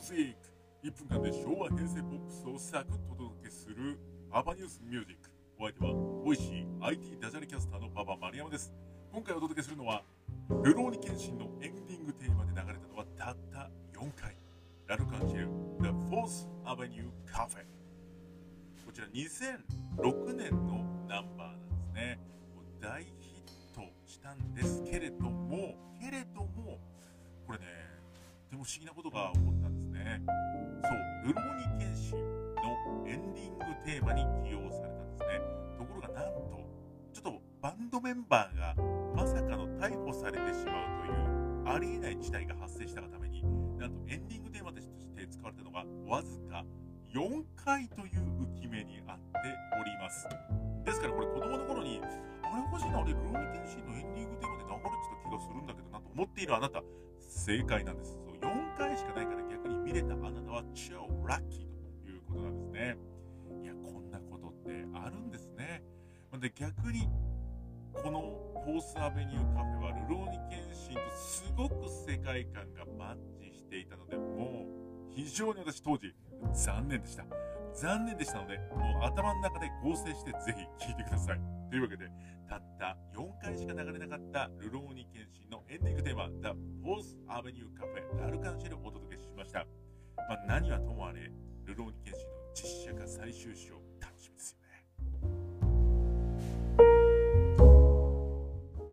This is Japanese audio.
スウィーク1分間で昭和平成ポップスをサクッとお届けするパパニュースミュージック。お相手はボイシー IT ダジャレキャスターのパパ丸山です。今回お届けするのはルローニケンシンのエンディングテーマで流れたのはたった4回、ラルカンシェル The Fourth Avenue Cafe。 こちら2006年のナンバーなんですね。大ヒットしたんですけれどもこれね、とても不思議なことが起こったんですね。そう、ルローニケンシンのエンディングテーマに起用されたんですね。ところがなんとちょっとバンドメンバーがまさかの逮捕されてしまうというありえない事態が発生したがために、なんとエンディングテーマとして使われたのがわずか4回という浮き目にあっております。ですからこれ子供の頃にあれおかしいな、俺ルローニケンシンのエンディングテーマで流れてた気がするんだけどなと思っているあなた、正解なんです。そう、4回しかないから逆に見れたあなたは超ラッキーということなんですね。いや、こんなことってあるんですね。で、逆にこのフォースアベニューカフェはルローニケンシンとすごく世界観がマッチしていたので、もう非常に私当時残念でしたので、もう頭の中で合成してぜひ聴いてください。というわけで、たった4回しか流れなかったルローニケンシンのエンディングテーマ The Fourth Avenue Cafe ラルカンシェルをお届けしました。何はともあれルローニケンシンの実写化最終章